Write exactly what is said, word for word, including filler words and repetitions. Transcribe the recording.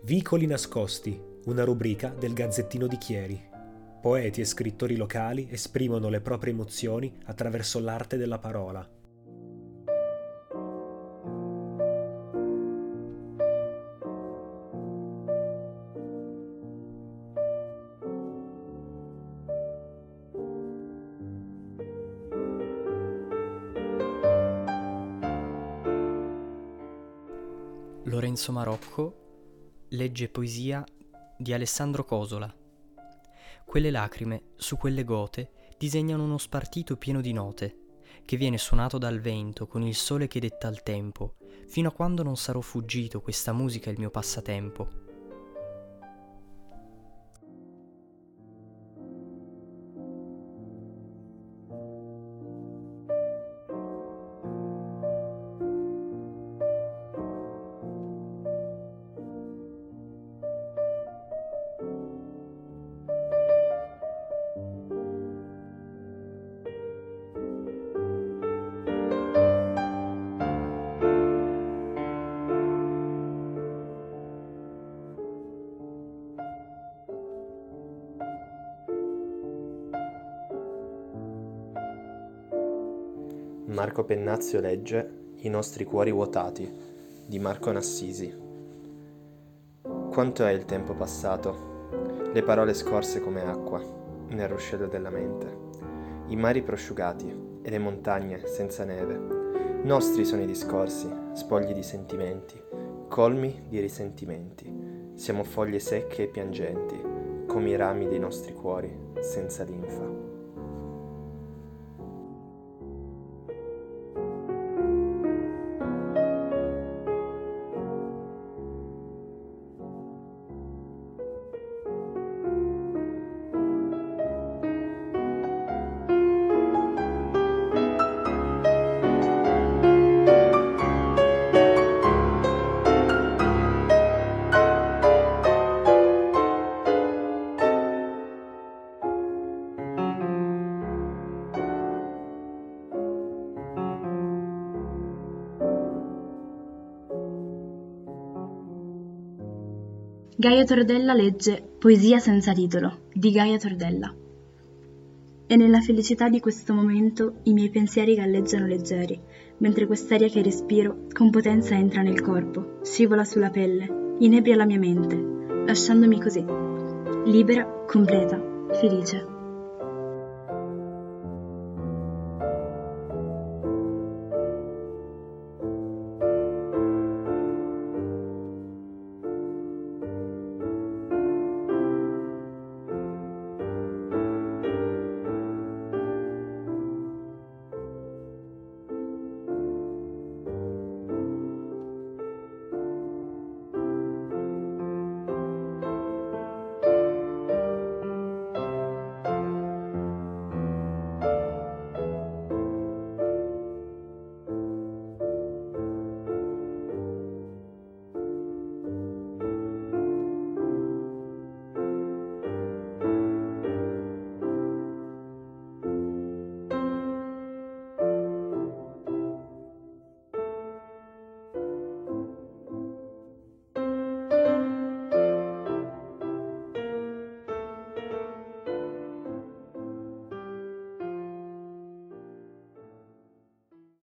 Vicoli nascosti, una rubrica del Gazzettino di Chieri. Poeti e scrittori locali esprimono le proprie emozioni attraverso l'arte della parola. Lorenzo Marocco legge poesia di Alessandro Cosola. Quelle lacrime su quelle gote disegnano uno spartito pieno di note, che viene suonato dal vento con il sole che detta il tempo, fino a quando non sarò fuggito, questa musica è il mio passatempo. Marco Pennazio legge I nostri cuori vuotati di Marco Nassisi. Quanto è il tempo passato? Le parole scorse come acqua nel ruscello della mente. I mari prosciugati e le montagne senza neve. Nostri sono i discorsi, spogli di sentimenti, colmi di risentimenti. Siamo foglie secche e piangenti, come i rami dei nostri cuori senza linfa. Gaia Tordella legge Poesia senza titolo di Gaia Tordella. E nella felicità di questo momento i miei pensieri galleggiano leggeri, mentre quest'aria che respiro con potenza entra nel corpo, scivola sulla pelle, inebria la mia mente, lasciandomi così, libera, completa, felice.